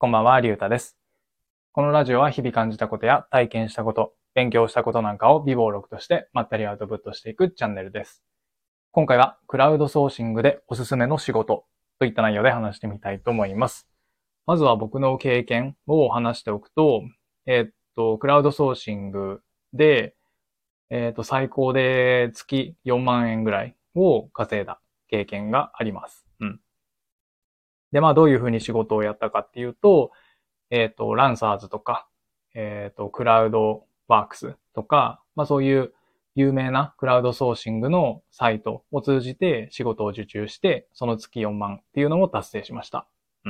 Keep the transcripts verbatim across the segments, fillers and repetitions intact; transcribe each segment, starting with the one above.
こんばんは、りゅうたです。このラジオは日々感じたことや体験したこと、勉強したことなんかを微暴録としてまったりアウトプットしていくチャンネルです。今回はクラウドソーシングでおすすめの仕事といった内容で話してみたいと思います。まずは僕の経験を話しておくと、えーっと、クラウドソーシングで、えーっと、最高で月よんまんえんぐらいを稼いだ経験があります。うん。で、まあどういうふうに仕事をやったかっていうと、えっと、ランサーズとか、えっと、クラウドワークスとか、まあそういう有名なクラウドソーシングのサイトを通じて仕事を受注して、その月よんまんっていうのを達成しました。うん。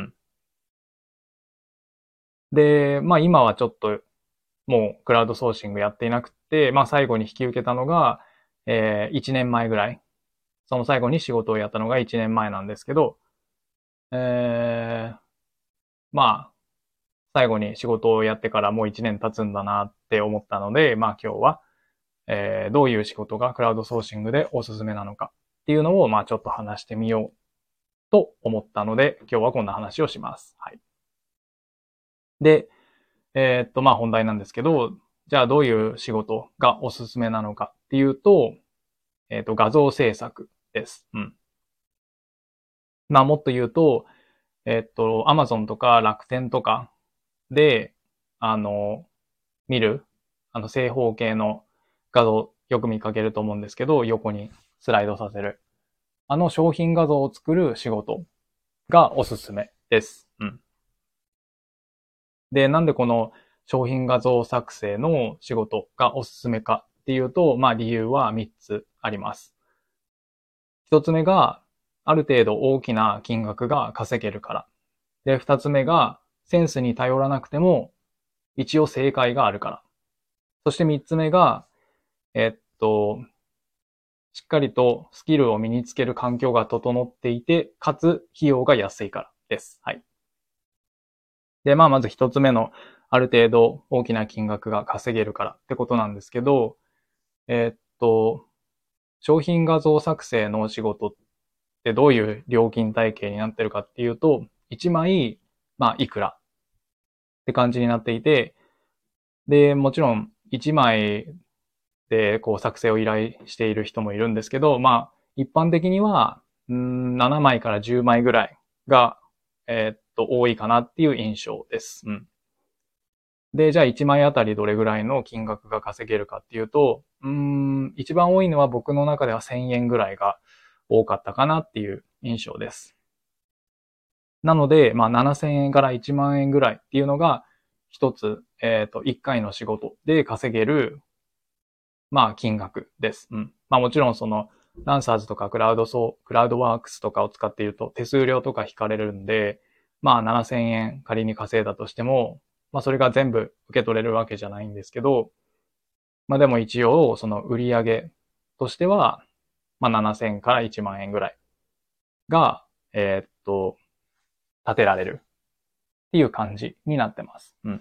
で、まあ今はちょっともうクラウドソーシングやっていなくて、まあ最後に引き受けたのが、えー、いちねんまえぐらい。その最後に仕事をやったのがいちねんまえなんですけど、えー、まあ最後に仕事をやってからもういちねん経つんだなって思ったので、まあ今日は、えー、どういう仕事がクラウドソーシングでおすすめなのかっていうのを、まあちょっと話してみようと思ったので、今日はこんな話をします。はい。で、えーっと、まあ本題なんですけど、じゃあどういう仕事がおすすめなのかっていうと、えーっと、画像制作です。うん。まあもっと言うと、えーっと、Amazon とか楽天とかで、あの、見る、あの正方形の画像よく見かけると思うんですけど、横にスライドさせる。あの商品画像を作る仕事がおすすめです。うん。で、なんでこの商品画像作成の仕事がおすすめかっていうと、まあ理由はみっつあります。ひとつめが、ある程度大きな金額が稼げるから。で、ふたつめが、センスに頼らなくても一応正解があるから。そしてみっつめが、えっと、しっかりとスキルを身につける環境が整っていて、かつ費用が安いからです。はい。で、まあまず一つ目のある程度大きな金額が稼げるからってことなんですけど、えーっと、商品画像作成の仕事ってどういう料金体系になってるかっていうと、いちまい、まあいくらって感じになっていて、で、もちろんいちまいでこう作成を依頼している人もいるんですけど、まあ一般的には、うん、ななまいからじゅうまいぐらいが、えーっと、多いかなっていう印象です。うん。で、じゃあいちまいあたりどれぐらいの金額が稼げるかっていうと、うーん、一番多いのは僕の中ではせんえんぐらいが多かったかなっていう印象です。なので、まあななせんえんからいちまん円ぐらいっていうのが一つ、えっと、いっかいの仕事で稼げる、まあ金額です。うん。まあもちろんその、ランサーズとかクラウドソー、クラウドワークスとかを使っていると手数料とか引かれるんで、まあななせんえん仮に稼いだとしても、まあそれが全部受け取れるわけじゃないんですけど、まあでも一応その売上としては、まあななせんからいちまん円ぐらいが、えーっと、立てられるっていう感じになってます。うん。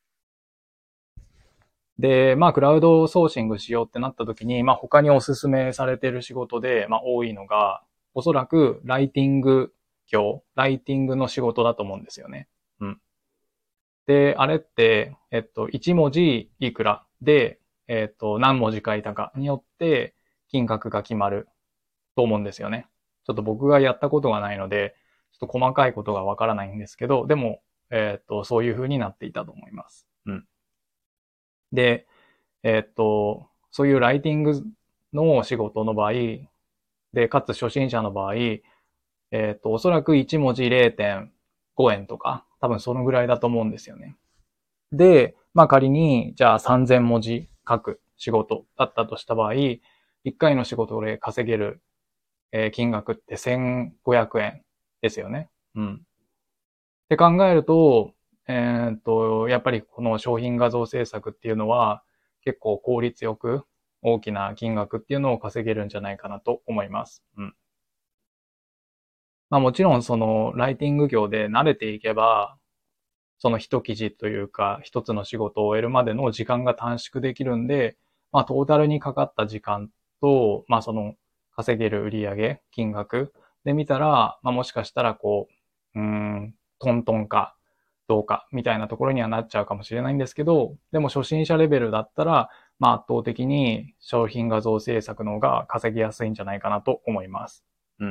で、まあ、クラウドソーシングしようってなった時に、まあ、他におすすめされている仕事で、まあ、多いのが、おそらく、ライティング業、ライティングの仕事だと思うんですよね。うん。で、あれって、えっと、いち文字いくらで、えっと、何文字書いたかによって、金額が決まると思うんですよね。ちょっと僕がやったことがないので、ちょっと細かいことがわからないんですけど、でも、えっと、そういう風になっていたと思います。うん。で、えっと、そういうライティングの仕事の場合、で、かつ初心者の場合、えっと、おそらくいち文字れいてんごえんとか、多分そのぐらいだと思うんですよね。で、まあ仮に、じゃあさんぜん文字書く仕事だったとした場合、いっかいの仕事で稼げる金額ってせんごひゃくえんですよね。うん。って考えると、えっと、やっぱりこの商品画像制作っていうのは結構効率よく大きな金額っていうのを稼げるんじゃないかなと思います。うん。まあもちろんそのライティング業で慣れていけば、その一記事というか一つの仕事を終えるまでの時間が短縮できるんで、まあトータルにかかった時間と、まあその稼げる売上金額で見たら、まあもしかしたらこう、うーん、トントンかどうかみたいなところにはなっちゃうかもしれないんですけど、でも初心者レベルだったら、まあ圧倒的に商品画像制作の方が稼ぎやすいんじゃないかなと思います。うん。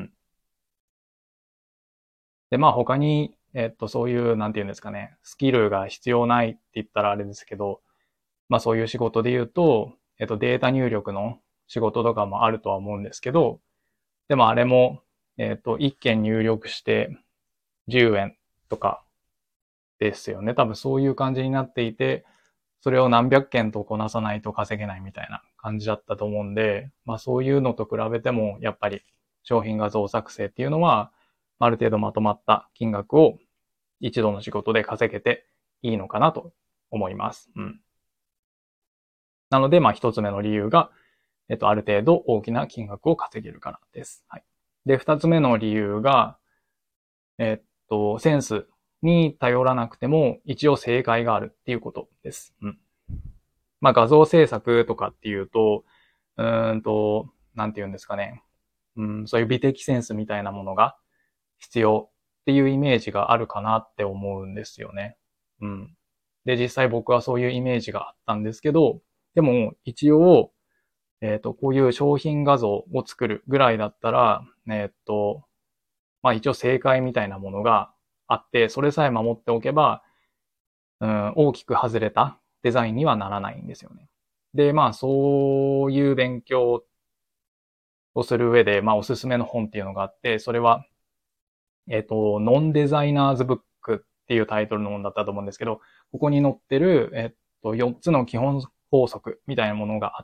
で、まあ他に、えっと、そういう、なんていうんですかね、スキルが必要ないって言ったらあれですけど、まあそういう仕事で言うと、えっと、データ入力の仕事とかもあるとは思うんですけど、でもあれも、えっと、いっけん入力してじゅうえんとかですよね。多分そういう感じになっていて、それを何百件とこなさないと稼げないみたいな感じだったと思うんで、まあそういうのと比べても、やっぱり商品画像作成っていうのは、ある程度まとまった金額を一度の仕事で稼げていいのかなと思います。うん。なので、まあ一つ目の理由が、えっと、ある程度大きな金額を稼げるからです。はい。で、二つ目の理由が、えっと、センスに頼らなくても一応正解があるっていうことです。うん。まあ画像制作とかっていうと、うーんと、なんて言うんですかね。うん、そういう美的センスみたいなものが必要っていうイメージがあるかなって思うんですよね。うん。で、実際僕はそういうイメージがあったんですけど、でも一応、えっと、こういう商品画像を作るぐらいだったら、えっと、まあ一応正解みたいなものがあって、それさえ守っておけば、うん、大きく外れたデザインにはならないんですよね。で、まあそういう勉強をする上で、まあおすすめの本っていうのがあって、それは、えっと、ノンデザイナーズブックっていうタイトルの本だったと思うんですけど、ここに載ってる、えっと、よっつの基本法則みたいなものがあって、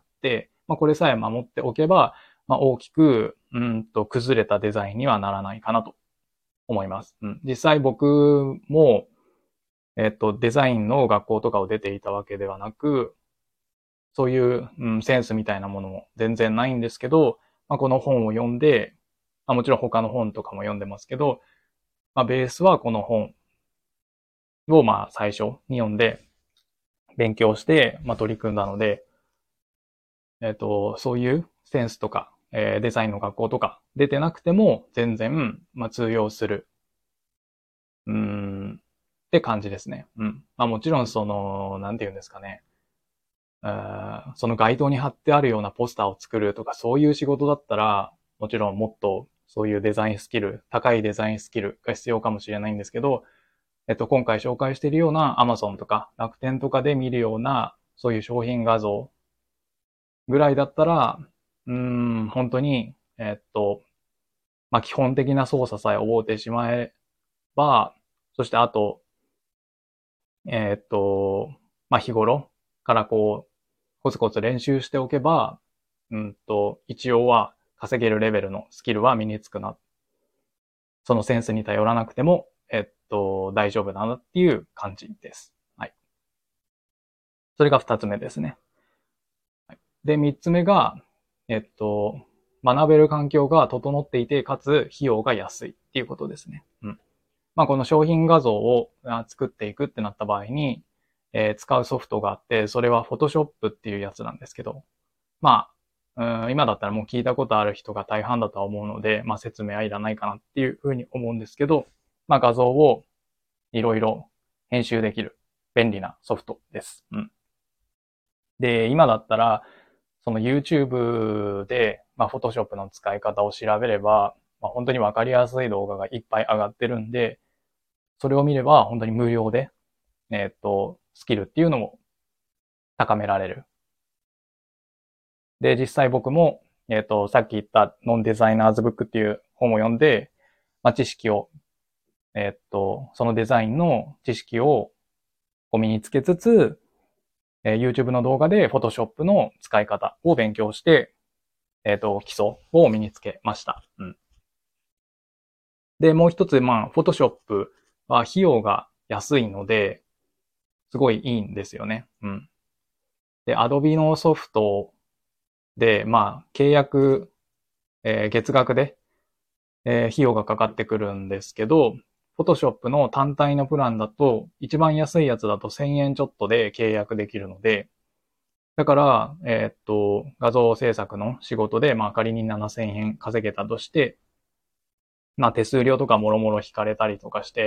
まあこれさえ守っておけば、まあ大きく、うんと崩れたデザインにはならないかなと思います。うん、実際僕も、えっと、デザインの学校とかを出ていたわけではなく、そういう、うん、センスみたいなものも全然ないんですけど、まあ、この本を読んで、まあ、もちろん他の本とかも読んでますけど、まあ、ベースはこの本をまあ最初に読んで勉強して、まあ、取り組んだので、えっと、そういうセンスとか、えーデザインの学校とか出てなくても全然、まあ、通用する、うーん、って感じですね。うん。まあもちろんその、なんて言うんですかね。その街頭に貼ってあるようなポスターを作るとかそういう仕事だったら、もちろんもっとそういうデザインスキル、高いデザインスキルが必要かもしれないんですけど、えっと、今回紹介しているような Amazon とか楽天とかで見るような、そういう商品画像ぐらいだったら、うーん、本当に、えっと、まあ、基本的な操作さえ覚えてしまえば、そしてあと、えっと、まあ、日頃からこう、コツコツ練習しておけば、うんと、一応は稼げるレベルのスキルは身につくな。そのセンスに頼らなくても、えっと、大丈夫だなっていう感じです。はい。それが二つ目ですね。はい、で、三つ目が、えっと、学べる環境が整っていて、かつ費用が安いっていうことですね。うん。まあ、この商品画像を作っていくってなった場合に、えー使うソフトがあって、それは Photoshop っていうやつなんですけど、まあ、うん、今だったらもう聞いたことある人が大半だとは思うので、まあ説明はいらないかなっていうふうに思うんですけど、まあ画像をいろいろ編集できる便利なソフトです。うん。で、今だったら、その YouTube で、まあ Photoshop の使い方を調べれば、まあ本当にわかりやすい動画がいっぱい上がってるんで、それを見れば本当に無料で、えーっと、スキルっていうのも高められる。で、実際僕も、えっと、さっき言ったノンデザイナーズブックっていう本を読んで、まあ、知識を、えっと、そのデザインの知識を身につけつつ、えー YouTube の動画で Photoshop の使い方を勉強して、えっと、基礎を身につけました。うん。で、もう一つ、まあ、Photoshop は費用が安いので、すごいいいんですよね。うん。で、Adobe のソフトで、まあ、契約、えー月額でえー費用がかかってくるんですけど、Photoshop の単体のプランだと、一番安いやつだとせんえんちょっとで契約できるので、だから、えーっと、画像制作の仕事で、まあ仮にななせんえん稼げたとして、まあ手数料とかもろもろ引かれたりとかして、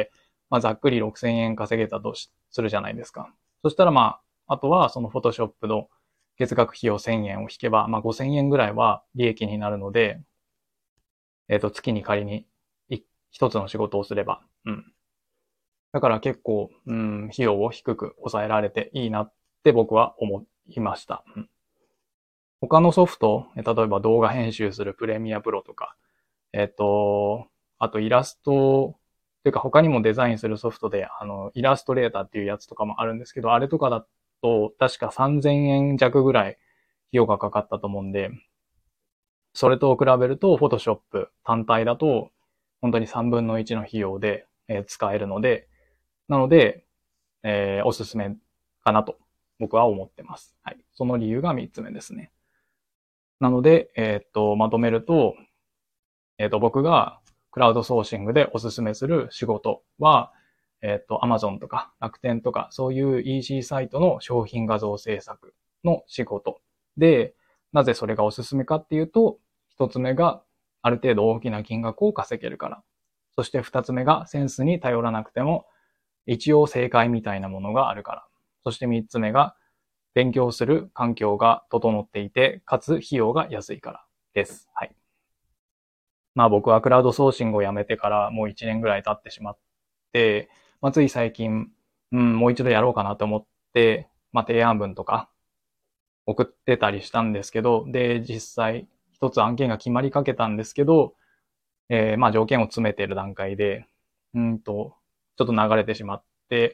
まあ、ざっくりろくせんえん稼げたとするじゃないですか。そしたらまあ、あとはそのフォトショップの月額費用せんえんを引けば、まあごせんえんぐらいは利益になるので、えっ、ー、と、月に仮に一つの仕事をすれば、うん。だから結構、うん、費用を低く抑えられていいなって僕は思いました。うん、他のソフト、例えば動画編集するプレミアプロとか、えっ、ー、と、あとイラスト、っていうか他にもデザインするソフトで、あの、イラストレーターっていうやつとかもあるんですけど、あれとかだと確かさんぜんえん弱ぐらい費用がかかったと思うんで、それと比べると、フォトショップ単体だと、本当にさんぶんのいちの費用で、えー使えるので、なので、えーおすすめかなと僕は思ってます。はい。その理由がみっつめですね。なので、えーっと、まとめると、えーっと、僕がクラウドソーシングでおすすめする仕事は、えーっと、Amazon とか楽天とか、そういう イーシー サイトの商品画像制作の仕事で、なぜそれがおすすめかっていうと、一つ目がある程度大きな金額を稼げるから。そして二つ目がセンスに頼らなくても一応正解みたいなものがあるから。そして三つ目が勉強する環境が整っていて、かつ費用が安いからです。はい。まあ僕はクラウドソーシングをやめてからもういちねんぐらい経ってしまって、まあつい最近、うん、もう一度やろうかなと思って、まあ提案文とか送ってたりしたんですけど、で、実際一つ案件が決まりかけたんですけど、えー、まあ条件を詰めている段階で、うんと、ちょっと流れてしまって、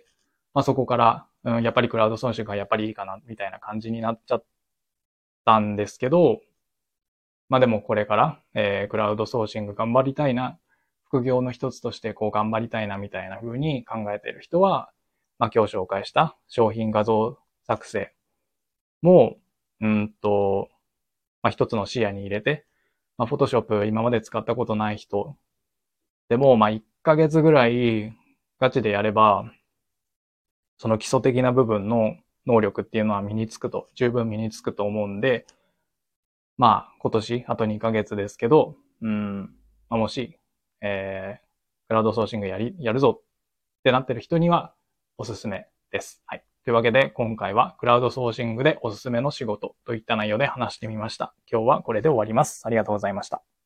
まあそこから、うん、やっぱりクラウドソーシングがやっぱりいいかな、みたいな感じになっちゃったんですけど、まあでもこれから、えー、クラウドソーシング頑張りたいな、副業の一つとしてこう頑張りたいな、みたいな風に考えている人は、まあ今日紹介した商品画像作成も、うんと、まあ一つの視野に入れて、まあ、フォトショップ今まで使ったことない人でも、まあ、いっかげつぐらいガチでやれば、その基礎的な部分の能力っていうのは身につくと、十分身につくと思うんで、まあ、今年、あとにかげつですけど、うん、まあ、もし、えー、クラウドソーシングやり、やるぞってなってる人にはおすすめです。はい。というわけで、今回はクラウドソーシングでおすすめの仕事といった内容で話してみました。今日はこれで終わります。ありがとうございました。